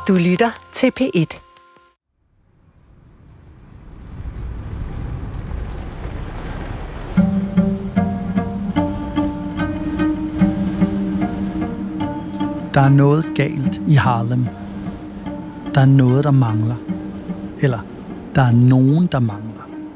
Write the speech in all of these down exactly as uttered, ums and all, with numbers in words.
Du lytter til P et. Der er noget galt i Harlem. Der er noget, der mangler. Eller, der er nogen, der mangler.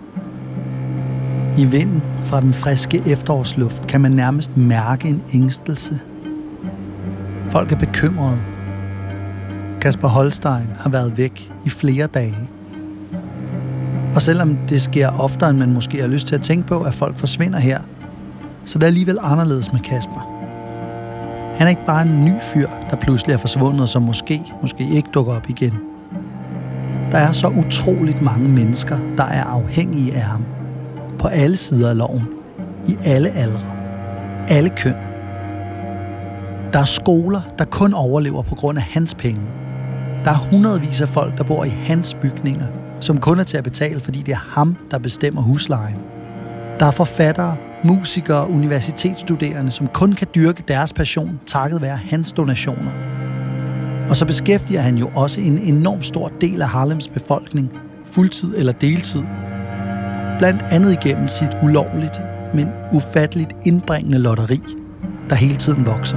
I vinden fra den friske efterårsluft kan man nærmest mærke en ængstelse. Folk er bekymrede. Kasper Holstein har været væk i flere dage. Og selvom det sker oftere, end man måske har lyst til at tænke på, at folk forsvinder her, så det er alligevel anderledes med Kasper. Han er ikke bare en ny fyr, der pludselig er forsvundet, og som måske, måske ikke dukker op igen. Der er så utroligt mange mennesker, der er afhængige af ham. På alle sider af loven. I alle aldre. Alle køn. Der er skoler, der kun overlever på grund af hans penge. Der er hundredvis af folk, der bor i hans bygninger, som kun er til at betale, fordi det er ham, der bestemmer huslejen. Der er forfattere, musikere og universitetsstuderende, som kun kan dyrke deres passion, takket være hans donationer. Og så beskæftiger han jo også en enorm stor del af Harlems befolkning, fuldtid eller deltid. Blandt andet igennem sit ulovligt, men ufatteligt indbringende lotteri, der hele tiden vokser.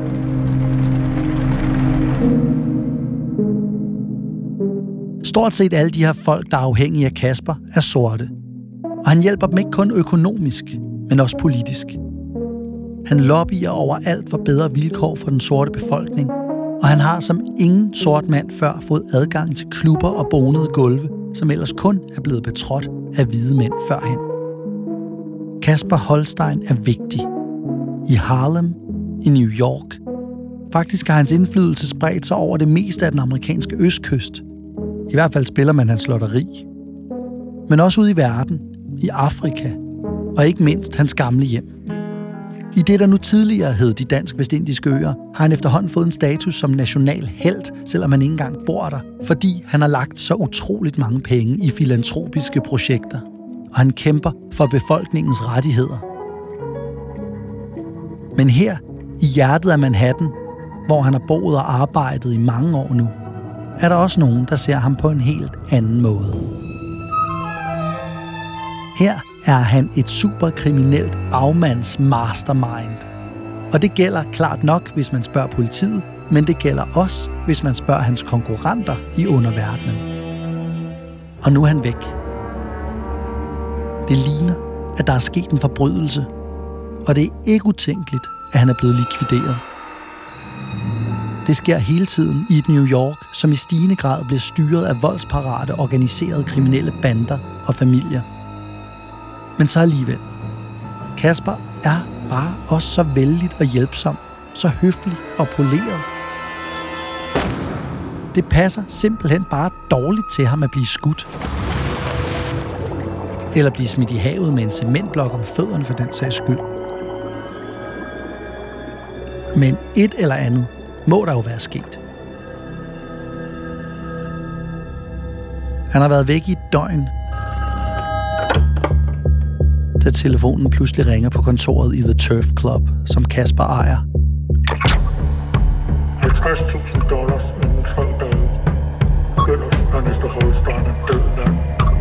Stort set alle de her folk, der er afhængige af Kasper, er sorte. Og han hjælper dem ikke kun økonomisk, men også politisk. Han lobbyer overalt for bedre vilkår for den sorte befolkning, og han har som ingen sort mand før fået adgang til klubber og bonede gulve, som ellers kun er blevet betrådt af hvide mænd førhen. Kasper Holstein er vigtig. I Harlem, i New York. Faktisk har hans indflydelse spredt sig over det meste af den amerikanske østkyst. I hvert fald spiller man hans lotteri. Men også ude i verden, i Afrika, og ikke mindst hans gamle hjem. I det, der nu tidligere hed de dansk-vestindiske øer, har han efterhånden fået en status som national helt, selvom han ikke engang bor der, fordi han har lagt så utroligt mange penge i filantropiske projekter, og han kæmper for befolkningens rettigheder. Men her, i hjertet af Manhattan, hvor han har boet og arbejdet i mange år nu, er der også nogen, der ser ham på en helt anden måde. Her er han et superkriminelt bagmands mastermind. Og det gælder klart nok, hvis man spørger politiet, men det gælder også, hvis man spørger hans konkurrenter i underverdenen. Og nu er han væk. Det ligner, at der er sket en forbrydelse, og det er ikke utænkeligt, at han er blevet likvideret. Det sker hele tiden i et New York, som i stigende grad bliver styret af voldsparate, organiserede kriminelle bander og familier. Men så alligevel. Kasper er bare også så vældigt og hjælpsom, så høflig og poleret. Det passer simpelthen bare dårligt til ham at blive skudt. Eller blive smidt i havet med en cementblok om fødderne for den sags skyld. Men et eller andet må der jo være sket. Han har været væk i et døgn, da telefonen pludselig ringer på kontoret i The Turf Club, som Kasper ejer. halvtreds tusind dollars inden tre dage. Ellers er mister Holstein en død mand.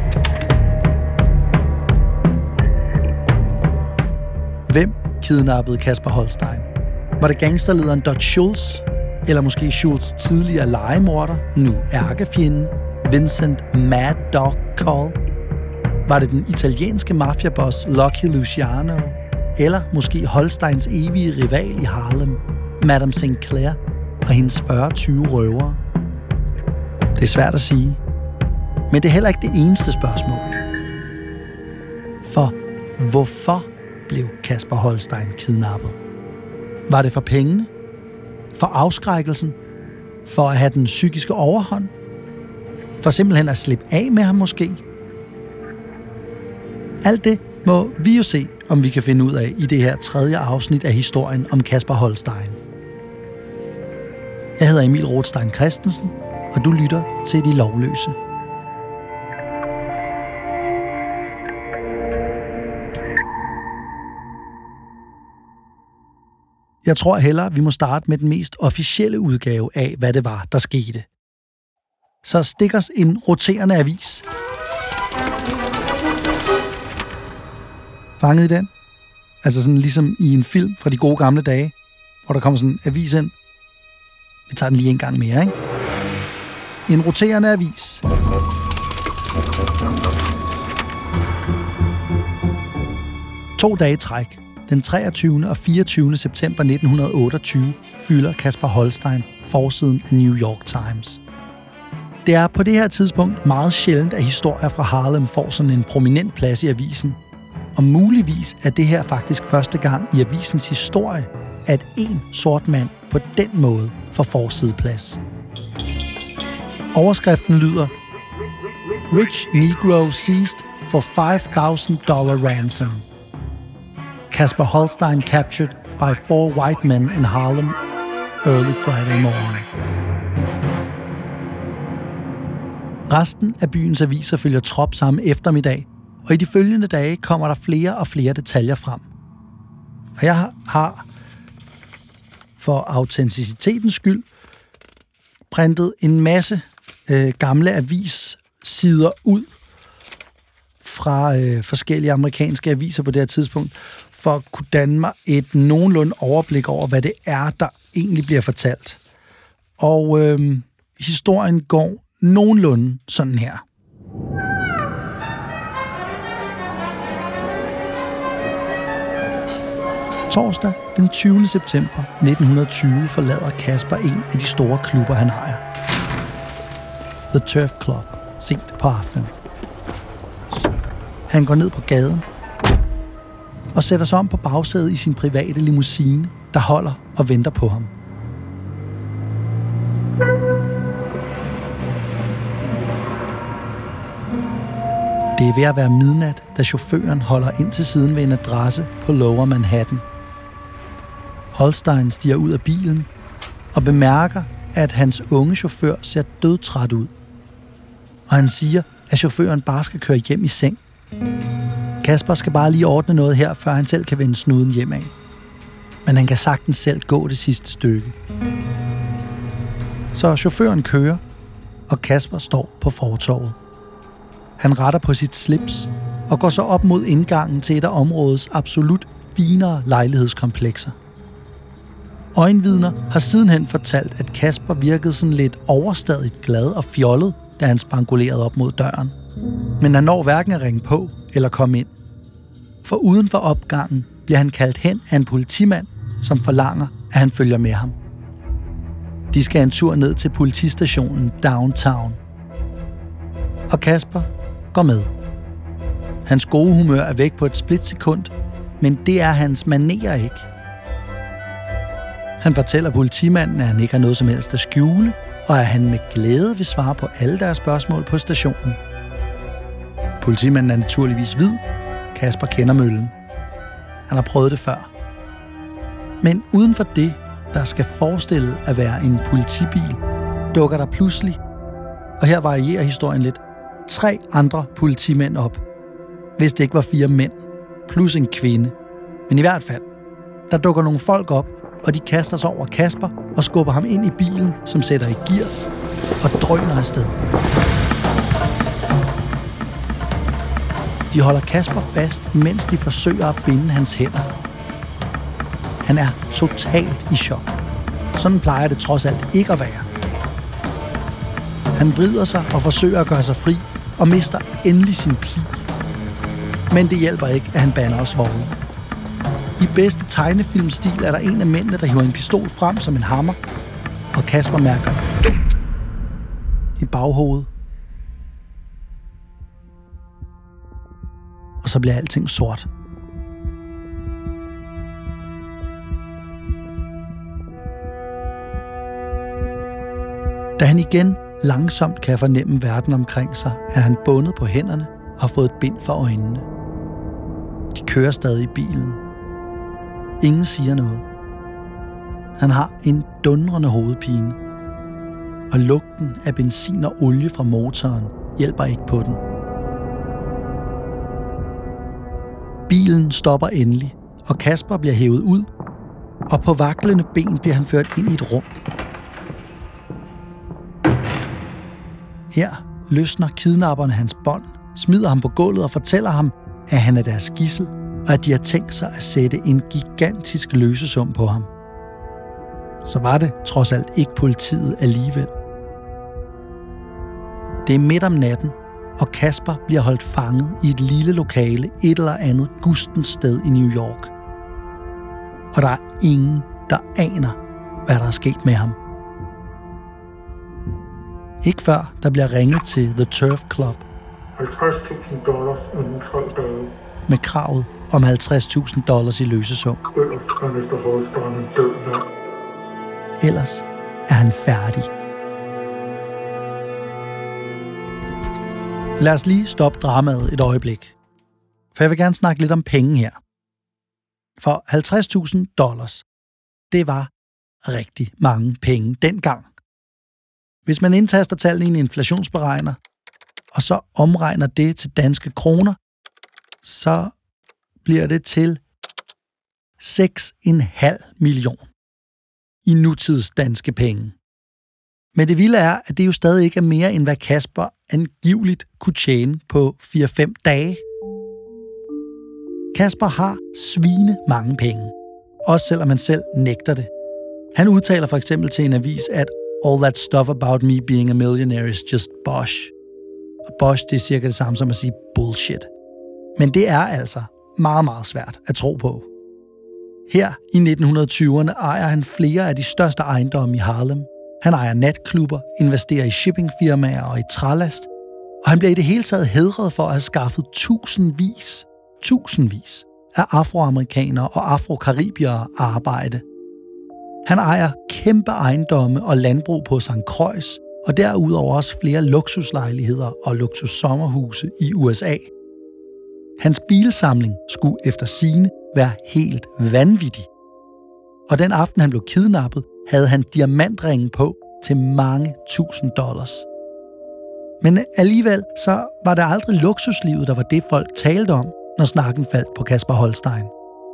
Hvem kidnappede Kasper Holstein? Var det gangsterlederen Dutch Schultz? Eller måske Schultz' tidligere legemorder, nu ærkefjenden, Vincent Mad Dog Call? Var det den italienske mafiaboss Lucky Luciano? Eller måske Holsteins evige rival i Harlem, Madame Sinclair og hendes fyrre tyve røvere? Det er svært at sige. Men det er heller ikke det eneste spørgsmål. For hvorfor blev Kasper Holstein kidnappet? Var det for pengene? For afskrækkelsen? For at have den psykiske overhånd? For simpelthen at slippe af med ham måske? Alt det må vi jo se, om vi kan finde ud af i det her tredje afsnit af historien om Kasper Holstein. Jeg hedder Emil Rothstein Christensen, og du lytter til De Lovløse. Jeg tror hellere, vi må starte med den mest officielle udgave af, hvad det var, der skete. så stikkers en roterende avis. Fanget i den? Altså sådan ligesom i en film fra de gode gamle dage, hvor der kommer sådan en avis ind. Vi tager den lige en gang mere, ikke? En roterende avis. To dage i træk, den treogtyvende og fireogtyvende september nitten otteogtyve, fylder Kasper Holstein forsiden af New York Times. Det er på det her tidspunkt meget sjældent, at historier fra Harlem får sådan en prominent plads i avisen. Og muligvis er det her faktisk første gang i avisens historie, at en sort mand på den måde får forsideplads. Overskriften lyder: Rich Negro seized for five thousand dollars ransom. Kasper Holstein captured by four white men in Harlem early Friday morning. Resten af byens aviser følger trop samme eftermiddag, og i de følgende dage kommer der flere og flere detaljer frem. Og jeg har for autenticitetens skyld printet en masse øh, gamle avissider ud fra øh, forskellige amerikanske aviser på det her tidspunkt, for at kunne danne mig et nogenlunde overblik over, hvad det er, der egentlig bliver fortalt. Og øh, historien går nogenlunde sådan her. Torsdag den tyvende september nitten tyve forlader Kasper en af de store klubber, han ejer. The Turf Club, sent på aftenen. Han går ned på gaden og sætter sig om på bagsædet i sin private limousine, der holder og venter på ham. Det er ved at være midnat, da chaufføren holder ind til siden ved en adresse på Lower Manhattan. Holstein stiger ud af bilen og bemærker, at hans unge chauffør ser dødtræt ud. Og han siger, at chaufføren bare skal køre hjem i seng. Kasper skal bare lige ordne noget her, før han selv kan vende snuden hjem af. Men han kan sagtens selv gå det sidste stykke. Så chaufføren kører, og Kasper står på fortovet. Han retter på sit slips og går så op mod indgangen til et af områdets absolut finere lejlighedskomplekser. Øjenvidner har sidenhen fortalt, at Kasper virkede sådan lidt overstadigt glad og fjollet, da han spangulerede op mod døren. Men han når hverken at ringe på eller komme ind. For uden for opgangen bliver han kaldt hen af en politimand, som forlanger, at han følger med ham. De skal en tur ned til politistationen Downtown. Og Kasper går med. Hans gode humør er væk på et splitsekund, men det er hans manerer ikke. Han fortæller politimanden, at han ikke har noget som helst at skjule, og at han med glæde vil svare på alle deres spørgsmål på stationen. Politimanden er naturligvis hvid. Kasper kender møllen. Han har prøvet det før. Men uden for det, der skal forestille at være en politibil, dukker der pludselig, og her varierer historien lidt, tre andre politimænd op. Hvis det ikke var fire mænd, plus en kvinde. Men i hvert fald, der dukker nogle folk op, og de kaster sig over Kasper og skubber ham ind i bilen, som sætter i gear og drøner afsted. De holder Kasper fast, imens de forsøger at binde hans hænder. Han er totalt i chok. Sådan plejer det trods alt ikke at være. Han vrider sig og forsøger at gøre sig fri, og mister endelig sin pli. Men det hjælper ikke, at han bander og svogler. I bedste tegnefilmstil er der en af mændene, der hiver en pistol frem som en hammer, og Kasper mærker dunk i baghovedet. Og så bliver alting sort. Da han igen langsomt kan fornemme verden omkring sig, er han bundet på hænderne og har fået et bind for øjnene. De kører stadig i bilen. Ingen siger noget. Han har en dundrende hovedpine, og lugten af benzin og olie fra motoren hjælper ikke på den. Bilen stopper endelig, og Kasper bliver hævet ud, og på vaklende ben bliver han ført ind i et rum. Her løsner kidnapperne hans bånd, smider ham på gulvet og fortæller ham, at han er deres gidsel, og at de har tænkt sig at sætte en gigantisk løsesum på ham. Så var det trods alt ikke politiet alligevel. Det er midt om natten, og Casper bliver holdt fanget i et lille lokale et eller andet gustent sted i New York. Og der er ingen, der aner, hvad der er sket med ham. Ikke før der bliver ringet til The Turf Club halvtreds tusind dollars inden tre dage. Med kravet om halvtreds tusind dollars i løsesum. Ellers er mister Holstein en død mand. Ellers er han færdig. Lad os lige stoppe dramaet et øjeblik. For jeg vil gerne snakke lidt om penge her. For halvtreds tusind dollars, det var rigtig mange penge dengang. Hvis man indtaster tallene i en inflationsberegner, og så omregner det til danske kroner, så bliver det til seks komma fem millioner i nutids danske penge. Men det vilde er, at det jo stadig ikke er mere, end hvad Casper angiveligt kunne tjene på fire fem dage. Casper har svine mange penge, også selvom han selv nægter det. Han udtaler for eksempel til en avis, at all that stuff about me being a millionaire is just bosh. Og bosh, det er cirka det samme som at sige bullshit. Men det er altså meget, meget svært at tro på. Her i nitten tyverne ejer han flere af de største ejendomme i Harlem. Han ejer natklubber, investerer i shippingfirmaer og i trælast, og han bliver i det hele taget hædret for at have skaffet tusindvis, tusindvis af afroamerikanere og afrokaribiere arbejde. Han ejer kæmpe ejendomme og landbrug på Sankt Croix, og derudover også flere luksuslejligheder og luksussommerhuse i U S A. Hans bilsamling skulle efter sigende være helt vanvittig. Og den aften, han blev kidnappet, havde han diamantringen på til mange tusind dollars. Men alligevel så var det aldrig luksuslivet, der var det, folk talte om, når snakken faldt på Casper Holstein.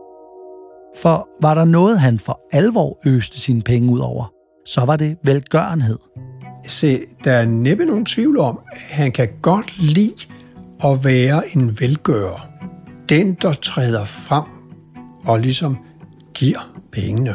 For var der noget, han for alvor øste sine penge ud over, så var det velgørenhed. Se, der er næppe nogen tvivl om, at han kan godt lide at være en velgører. Den, der træder frem og ligesom giver pengene.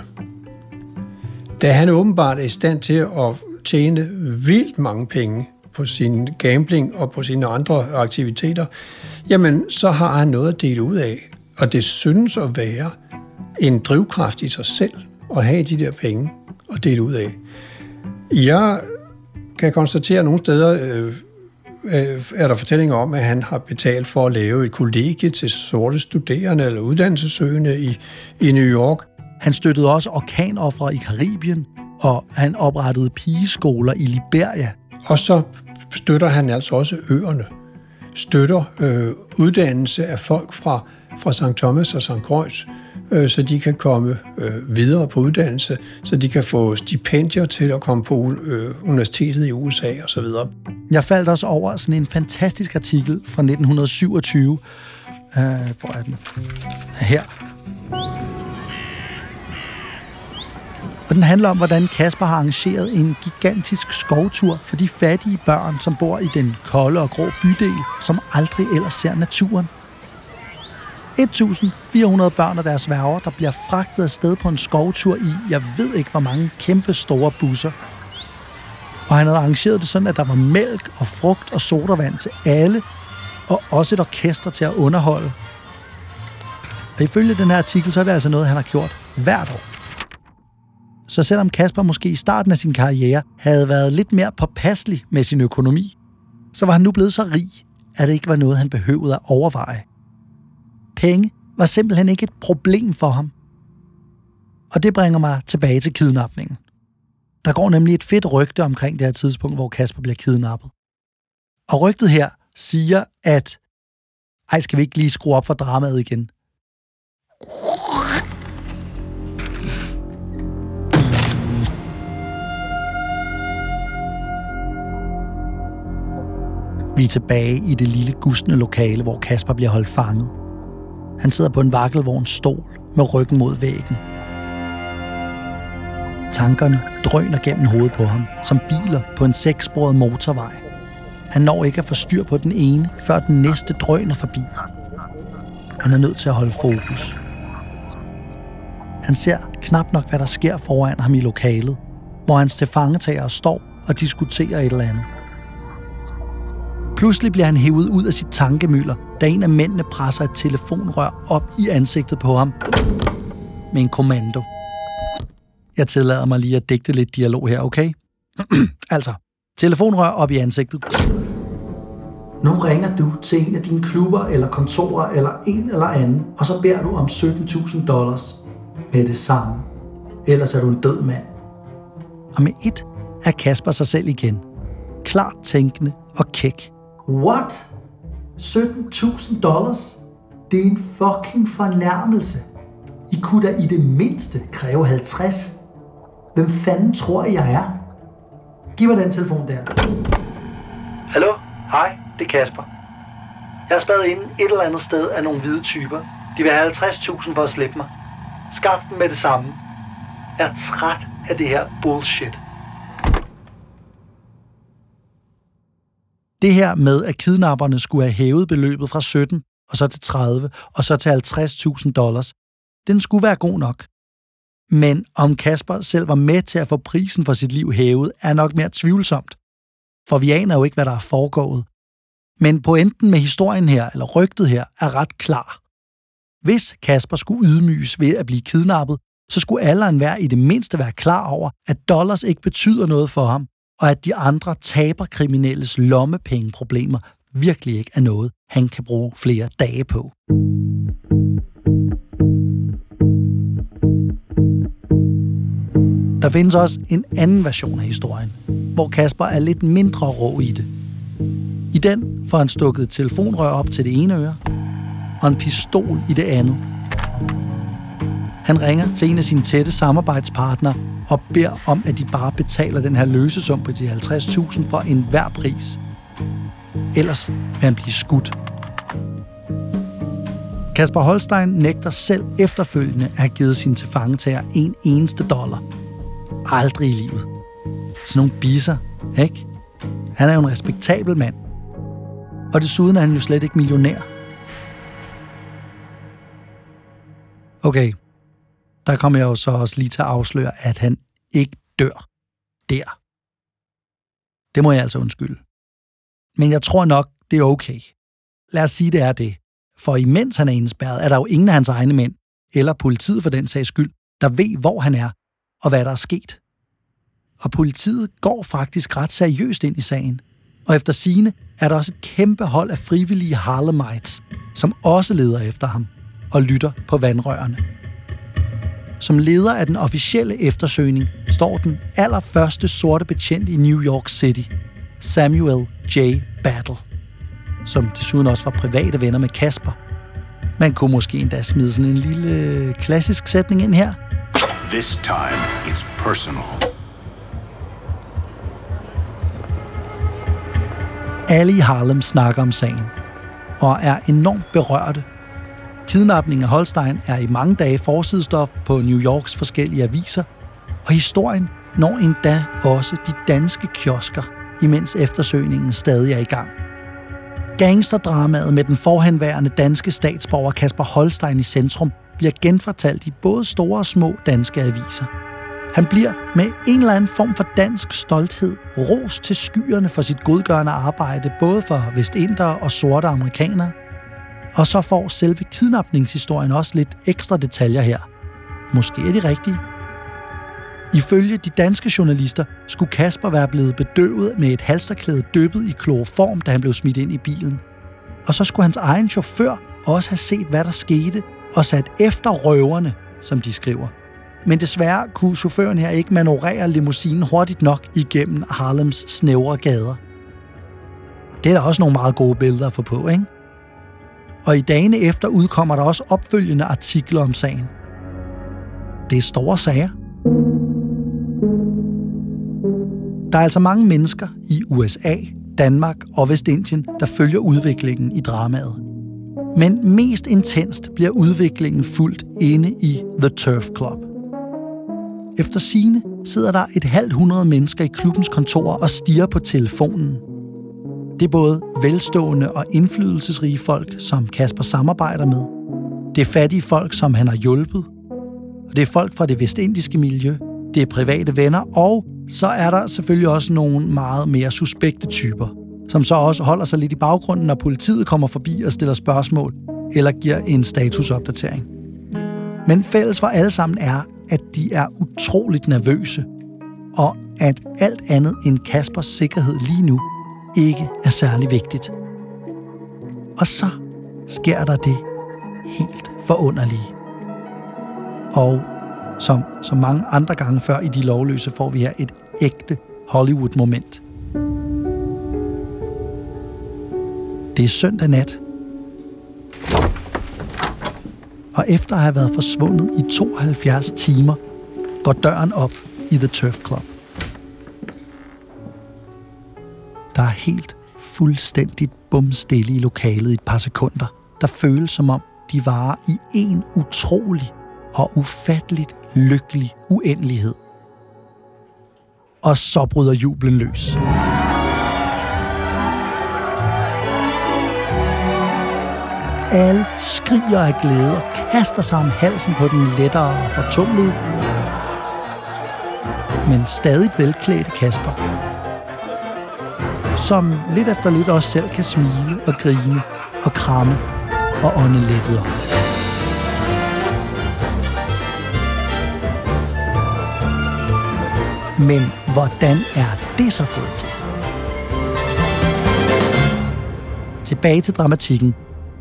Da han åbenbart er i stand til at tjene vildt mange penge på sin gambling og på sine andre aktiviteter, jamen så har han noget at dele ud af. Og det synes at være en drivkraft i sig selv at have de der penge at dele ud af. Jeg kan konstatere, at nogle steder øh, er der fortællinger om, at han har betalt for at lave et kollegie til sorte studerende eller uddannelsessøgende i, i New York. Han støttede også orkanofre i Karibien, og han oprettede pigeskoler i Liberia. Og så støtter han altså også øerne. Støtter øh, uddannelse af folk fra, fra Sankt Thomas og Sankt Croix, øh, så de kan komme øh, videre på uddannelse, så de kan få stipendier til at komme på øh, universitetet i U S A osv. Jeg faldt også over sådan en fantastisk artikel fra nitten syvogtyve. Øh, hvor er den? Her. Og den handler om, hvordan Casper har arrangeret en gigantisk skovtur for de fattige børn, som bor i den kolde og grå bydel, som aldrig ellers ser naturen. fjorten hundrede børn og deres værger, der bliver fragtet afsted på en skovtur i, jeg ved ikke hvor mange kæmpe store busser. Og han havde arrangeret det sådan, at der var mælk og frugt og sodavand til alle, og også et orkester til at underholde. Og ifølge den her artikel, så er det altså noget, han har gjort hvert år. Så selvom Casper måske i starten af sin karriere havde været lidt mere påpasselig med sin økonomi, så var han nu blevet så rig, at det ikke var noget, han behøvede at overveje. Penge var simpelthen ikke et problem for ham. Og det bringer mig tilbage til kidnapningen. Der går nemlig et fedt rygte omkring det her tidspunkt, hvor Casper bliver kidnappet. Og rygtet her siger, at ej, skal vi ikke lige skrue op for dramaet igen? Vi er tilbage i det lille gustne lokale, hvor Casper bliver holdt fanget. Han sidder på en vakkelvogns stol med ryggen mod væggen. Tankerne drøner gennem hovedet på ham, som biler på en sekssporet motorvej. Han når ikke at få styr på den ene, før den næste drøner forbi. Han er nødt til at holde fokus. Han ser knap nok, hvad der sker foran ham i lokalet, hvor hans tilfangetagere står og diskuterer et eller andet. Pludselig bliver han hævet ud af sit tankemylder, da en af mændene presser et telefonrør op i ansigtet på ham med en kommando. Jeg tillader mig lige at digte lidt dialog her, okay? Altså, telefonrør op i ansigtet. Nu ringer du til en af dine klubber eller kontorer eller en eller anden, og så beder du om sytten tusind dollars med det samme. Ellers er du en død mand. Og med et er Kasper sig selv igen. Klart tænkende og kæk. What? sytten tusind dollars? Det er en fucking fornærmelse. I kunne da i det mindste kræve halvtreds. Hvem fanden tror I, jeg er? Giv mig den telefon der. Hallo? Hej, det er Kasper. Jeg er spadet inde et eller andet sted af nogle hvide typer. De vil have halvtreds tusind for at slippe mig. Skaf dem med det samme. Jeg er træt af det her bullshit. Det her med, at kidnapperne skulle have hævet beløbet fra sytten, og så til tredive, og så til halvtreds tusind dollars, den skulle være god nok. Men om Kasper selv var med til at få prisen for sit liv hævet, er nok mere tvivlsomt. For vi aner jo ikke, hvad der er foregået. Men pointen med historien her, eller rygtet her, er ret klar. Hvis Kasper skulle ydmyges ved at blive kidnappet, så skulle alle og enhver i det mindste være klar over, at dollars ikke betyder noget for ham, og at de andre taberkriminelles lommepengeproblemer virkelig ikke er noget, han kan bruge flere dage på. Der findes også en anden version af historien, hvor Kasper er lidt mindre rå i det. I den får han stukket et telefonrør op til det ene øre, og en pistol i det andet. Han ringer til en af sine tætte samarbejdspartnere og beder om, at de bare betaler den her løsesum på de halvtreds tusind for enhver pris. Ellers vil han blive skudt. Kasper Holstein nægter selv efterfølgende at have givet sine tilfangetager en eneste dollar. Aldrig i livet. Sådan nogle bisser, ikke? Han er jo en respektabel mand. Og desuden er han jo slet ikke millionær. Okay, der kommer jeg jo så også lige til at afsløre, at han ikke dør der. Det må jeg altså undskylde. Men jeg tror nok, det er okay. Lad os sige, det er det. For imens han er indespærret, er der jo ingen af hans egne mænd, eller politiet for den sags skyld, der ved, hvor han er, og hvad der er sket. Og politiet går faktisk ret seriøst ind i sagen. Og efter sigende er der også et kæmpe hold af frivillige Harlemites, som også leder efter ham og lytter på vandrørene. Som leder af den officielle eftersøgning står den allerførste sorte betjent i New York City, Samuel J. Battle, som desuden også var private venner med Kasper. Man kunne måske endda smide sådan en lille klassisk sætning ind her. This time it's personal. Alle i Harlem snakker om sagen og er enormt berørte. Kidnapningen af Holstein er i mange dage forsidestof på New Yorks forskellige aviser, og historien når endda også de danske kiosker, imens eftersøgningen stadig er i gang. Gangsterdramaet med den forhenværende danske statsborger Kasper Holstein i centrum bliver genfortalt i både store og små danske aviser. Han bliver med en eller anden form for dansk stolthed ros til skyerne for sit godgørende arbejde, både for vestindere og sorte amerikanere. Og så får selve kidnapningshistorien også lidt ekstra detaljer her. Måske er de rigtige. Ifølge de danske journalister skulle Kasper være blevet bedøvet med et halsterklæde dyppet i kloroform, da han blev smidt ind i bilen. Og så skulle hans egen chauffør også have set, hvad der skete, og sat efter røverne, som de skriver. Men desværre kunne chaufføren her ikke manøvrere limousinen hurtigt nok igennem Harlems snævre gader. Det er der også nogle meget gode billeder at få på, ikke? Og i dagene efter udkommer der også opfølgende artikler om sagen. Det er store sager. Der er altså mange mennesker i U S A, Danmark og Vestindien, der følger udviklingen i dramaet. Men mest intenst bliver udviklingen fulgt inde i The Turf Club. Efter sigende sidder der et halvt hundrede mennesker i klubbens kontor og stirrer på telefonen. Det er både velstående og indflydelsesrige folk, som Kasper samarbejder med. Det er fattige folk, som han har hjulpet. Og det er folk fra det vestindiske miljø. Det er private venner, og så er der selvfølgelig også nogle meget mere suspekte typer, som så også holder sig lidt i baggrunden, når politiet kommer forbi og stiller spørgsmål eller giver en statusopdatering. Men fælles for alle sammen er, at de er utroligt nervøse, og at alt andet end Kaspers sikkerhed lige nu ikke er særlig vigtigt. Og så sker der det helt forunderlige. Og som så mange andre gange før i De Lovløse får vi her et ægte Hollywood-moment. Det er søndag nat. Og efter at have været forsvundet i tooghalvfjerds timer, går døren op i The Turf Club. Der er helt fuldstændigt bumstille i lokalet i et par sekunder, der føles som om de varer i en utrolig og ufatteligt lykkelig uendelighed. Og så bryder jublen løs. Alle skriger af glæde og kaster sig om halsen på den lettere og fortumlede, men stadig velklædte Kasper, som lidt efter lidt også selv kan smile og grine og kramme og ånde lettet op. Men hvordan er det så gået til? Tilbage til dramatikken.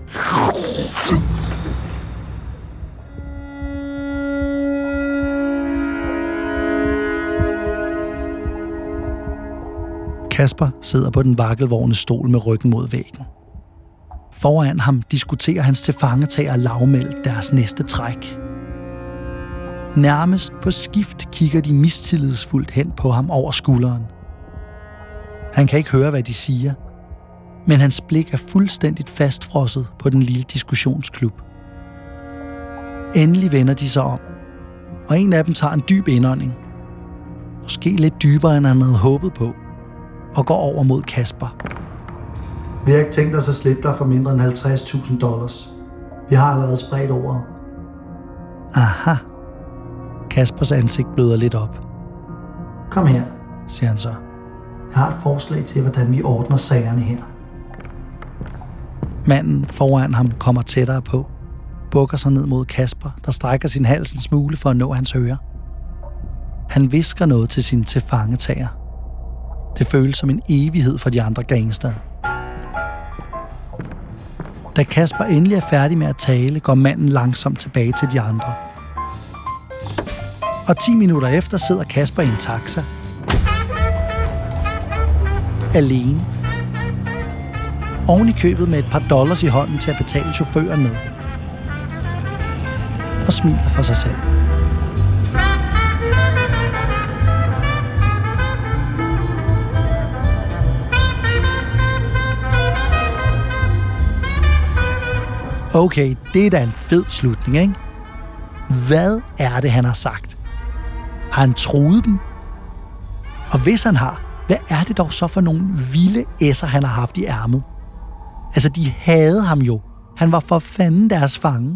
Kasper sidder på den vakkelvorne stol med ryggen mod væggen. Foran ham diskuterer hans tilfangetager lavmældt deres næste træk. Nærmest på skift kigger de mistillidsfuldt hen på ham over skulderen. Han kan ikke høre, hvad de siger, men hans blik er fuldstændigt fastfrosset på den lille diskussionsklub. Endelig vender de sig om, og en af dem tager en dyb indånding, måske lidt dybere, end han havde håbet på, og går over mod Kasper. Vi har ikke tænkt os at slippe dig for mindre end halvtreds tusind dollars. Vi har allerede spredt ordet. Aha. Kaspers ansigt bløder lidt op. Kom her, siger han så. Jeg har et forslag til, hvordan vi ordner sagerne her. Manden foran ham kommer tættere på, bukker sig ned mod Kasper, der strækker sin hals en smule for at nå hans øre. Han hvisker noget til sin tilfangetager. Det føles som en evighed for de andre gangster. Da Kasper endelig er færdig med at tale, går manden langsomt tilbage til de andre. Og ti minutter efter sidder Kasper i en taxa. Alene. Oven i købet med et par dollars i hånden til at betale chaufføren med. Og smiler for sig selv. Okay, det er da en fed slutning, ikke? Hvad er det, han har sagt? Har han truet dem? Og hvis han har, hvad er det dog så for nogle vilde esser, han har haft i ærmet? Altså, de havde ham jo. Han var for fanden deres fange.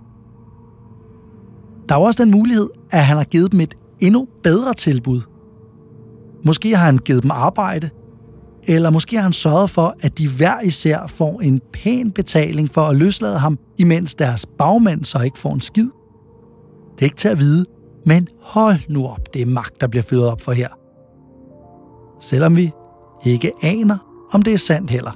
Der er også den mulighed, at han har givet dem et endnu bedre tilbud. Måske har han givet dem arbejde, eller måske har han sørget for, at de hver især får en pæn betaling for at løslade ham, imens deres bagmænd så ikke får en skid. Det er ikke til at vide, men hold nu op, det er magt, der bliver fyret op for her. Selvom vi ikke aner, om det er sandt heller.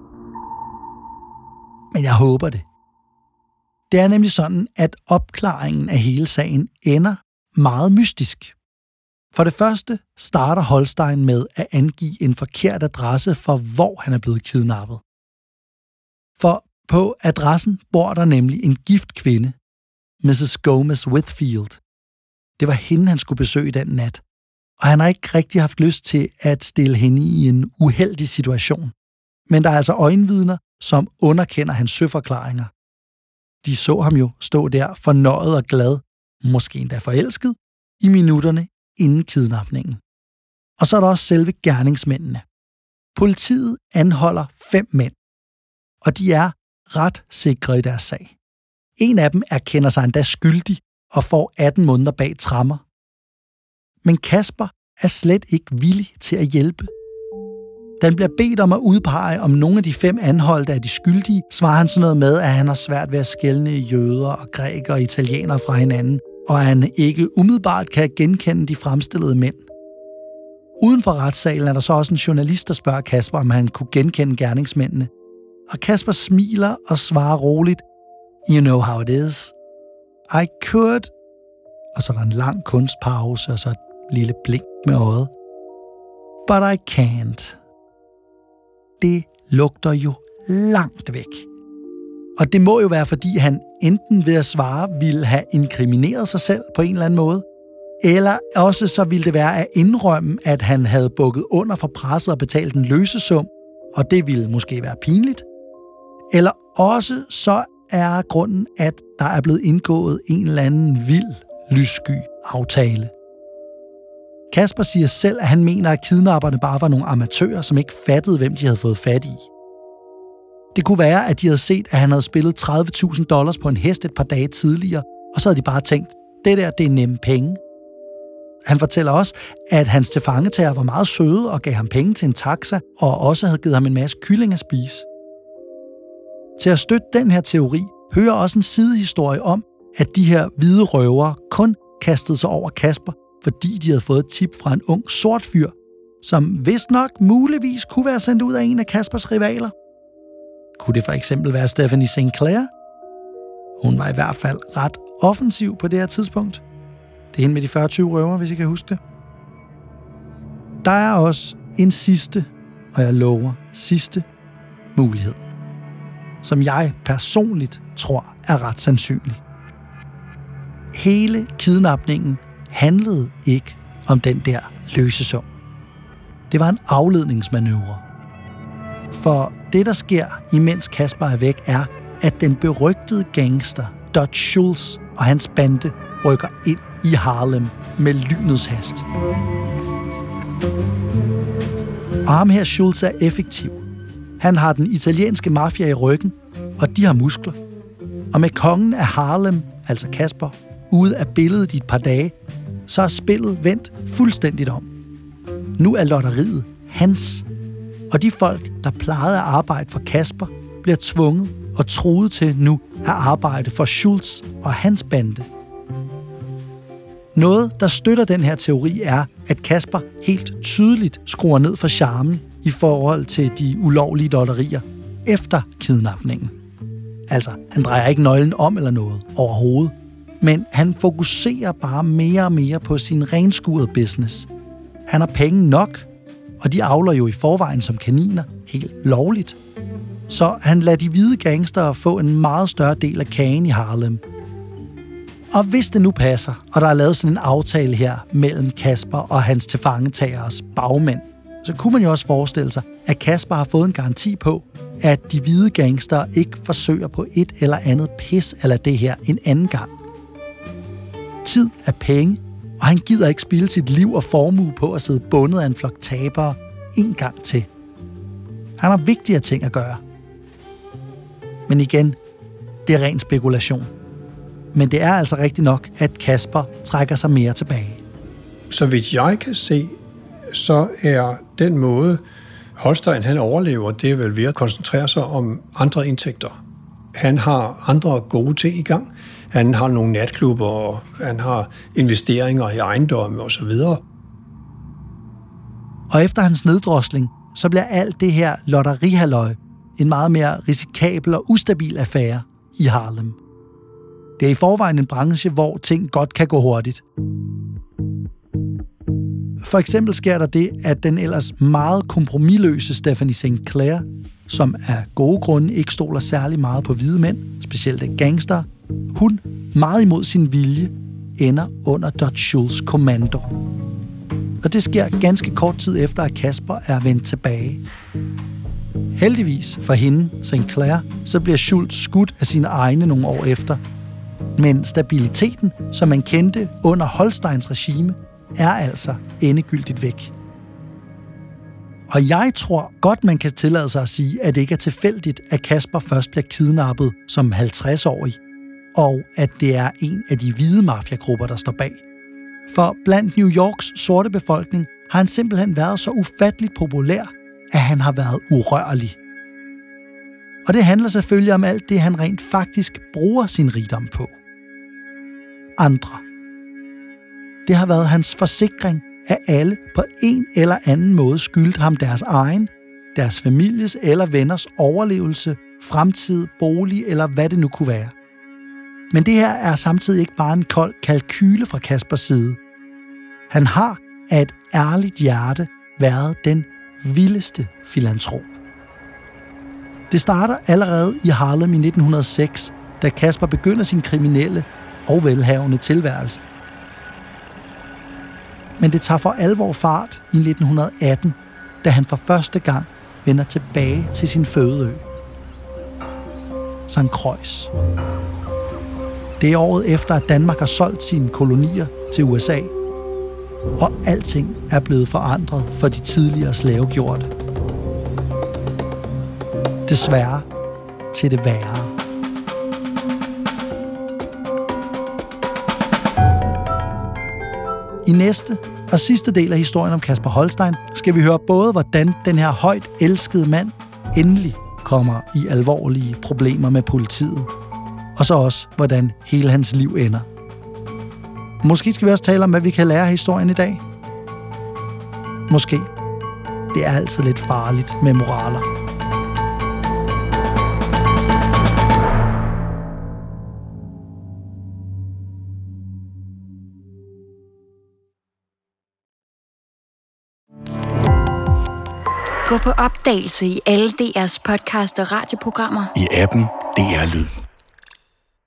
Men jeg håber det. Det er nemlig sådan, at opklaringen af hele sagen ender meget mystisk. For det første starter Holstein med at angive en forkert adresse for, hvor han er blevet kidnappet. For på adressen bor der nemlig en gift kvinde, missus Gomez Whitfield. Det var hende, han skulle besøge den nat, og han har ikke rigtig haft lyst til at stille hende i en uheldig situation. Men der er altså øjenvidner, som underkender hans søforklaringer. De så ham jo stå der fornøjet og glad, måske endda forelsket, i minutterne inden kidnapningen. Og så er der også selve gerningsmændene. Politiet anholder fem mænd, og de er ret sikre i deres sag. En af dem erkender sig endda skyldig og får atten måneder bag tremmer. Men Kasper er slet ikke villig til at hjælpe. Da han bliver bedt om at udpege, om nogle af de fem anholdte er de skyldige, svarer han sådan noget med, at han har svært ved at skelne jøder og grækere og italienere fra hinanden, og at han ikke umiddelbart kan genkende de fremstillede mænd. Uden for retssalen er der så også en journalist, der spørger Kasper, om han kunne genkende gerningsmændene. Og Kasper smiler og svarer roligt, "You know how it is. I could." Og så er der en lang kunstpause, og så et lille blink med øjet. "But I can't." Det lugter jo langt væk. Og det må jo være, fordi han enten ved at svare ville have inkrimineret sig selv på en eller anden måde, eller også så ville det være at indrømme, at han havde bukket under for presset og betalt en løsesum, og det ville måske være pinligt. Eller også så er grunden, at der er blevet indgået en eller anden vild, lyssky aftale. Kasper siger selv, at han mener, at kidnapperne bare var nogle amatører, som ikke fattede, hvem de havde fået fat i. Det kunne være, at de havde set, at han havde spillet tredive tusind dollars på en hest et par dage tidligere, og så havde de bare tænkt, det der, det er nemme penge. Han fortæller også, at hans tilfangetager var meget søde og gav ham penge til en taxa, og også havde givet ham en masse kylling at spise. Til at støtte den her teori, hører også en sidehistorie om, at de her hvide røvere kun kastede sig over Kasper, fordi de havde fået et tip fra en ung sort fyr, som vist nok muligvis kunne være sendt ud af en af Kaspers rivaler. Kunne det for eksempel være Stephanie Sinclair? Hun var i hvert fald ret offensiv på det her tidspunkt. Det er hende med de fyrre tyve røver, hvis I kan huske det. Der er også en sidste, og jeg lover sidste, mulighed, som jeg personligt tror er ret sandsynlig. Hele kidnapningen handlede ikke om den der løsesum. Det var en afledningsmanøvre. For det, der sker, imens Kasper er væk, er, at den berygtede gangster Dutch Schultz og hans bande rykker ind i Harlem med lynets hast. Og ham her Schultz er effektiv. Han har den italienske mafia i ryggen, og de har muskler. Og med kongen af Harlem, altså Kasper, ude af billedet i et par dage, så er spillet vendt fuldstændigt om. Nu er lotteriet hans. Og de folk, der plejede at arbejde for Kasper, bliver tvunget og truet til nu at arbejde for Schultz og hans bande. Noget, der støtter den her teori, er, at Kasper helt tydeligt skruer ned for charmen i forhold til de ulovlige lotterier efter kidnapningen. Altså, han drejer ikke nøglen om eller noget overhovedet, men han fokuserer bare mere og mere på sin renskurede business. Han har penge nok, og de avler jo i forvejen som kaniner helt lovligt. Så han lader de hvide gangster få en meget større del af kagen i Harlem. Og hvis det nu passer, og der er lavet sådan en aftale her mellem Kasper og hans tilfangetageres bagmænd, så kunne man jo også forestille sig, at Kasper har fået en garanti på, at de hvide gangster ikke forsøger på et eller andet pis eller det her en anden gang. Tid er penge, og han gider ikke spilde sit liv og formue på at sidde bundet af en flok tabere en gang til. Han har vigtigere ting at gøre. Men igen, det er ren spekulation. Men det er altså rigtigt nok, at Kasper trækker sig mere tilbage. Så vidt jeg kan se, så er den måde, Holstein han overlever, det er vel ved at koncentrere sig om andre indtægter. Han har andre gode ting i gang. Han har nogle natklubber, og han har investeringer i ejendomme osv. Og efter hans neddrosling, så bliver alt det her lotterihalløj en meget mere risikabel og ustabil affære i Harlem. Det er i forvejen en branche, hvor ting godt kan gå hurtigt. For eksempel sker der det, at den ellers meget kompromisløse Stephanie Sinclair, som af gode grunde ikke stoler særlig meget på hvide mænd, specielt gangster, hun meget imod sin vilje ender under Dutch Schultz kommando. Og det sker ganske kort tid efter, at Kasper er vendt tilbage. Heldigvis for hende, Sinclair, så bliver Schultz skudt af sine egne nogle år efter. Men stabiliteten, som man kendte under Holsteins regime, er altså endegyldigt væk. Og jeg tror godt, man kan tillade sig at sige, at det ikke er tilfældigt, at Casper først bliver kidnappet som halvtreds-årig, og at det er en af de hvide mafiagrupper, der står bag. For blandt New Yorks sorte befolkning har han simpelthen været så ufatteligt populær, at han har været urørlig. Og det handler selvfølgelig om alt det, han rent faktisk bruger sin rigdom på. Andre. Det har været hans forsikring, at alle på en eller anden måde skyldte ham deres egen, deres families eller venners overlevelse, fremtid, bolig eller hvad det nu kunne være. Men det her er samtidig ikke bare en kold kalkyle fra Caspers side. Han har af et ærligt hjerte været den vildeste filantrop. Det starter allerede i Harlem i nitten hundrede og seks, da Casper begynder sin kriminelle og velhavende tilværelse. Men det tager for alvor fart i nitten hundrede og atten, da han for første gang vender tilbage til sin fødeø. Sankt Croix. Det er året efter, at Danmark har solgt sine kolonier til U S A, og alting er blevet forandret for de tidligere slavegjorte. Desværre til det værre. I næste og sidste del af historien om Casper Holstein skal vi høre både, hvordan den her højt elskede mand endelig kommer i alvorlige problemer med politiet, og så også, hvordan hele hans liv ender. Måske skal vi også tale om, hvad vi kan lære af historien i dag. Måske. Det er altid lidt farligt med moraler. Gå på opdagelse i alle D R's podcast og radioprogrammer. I appen D R Lyd.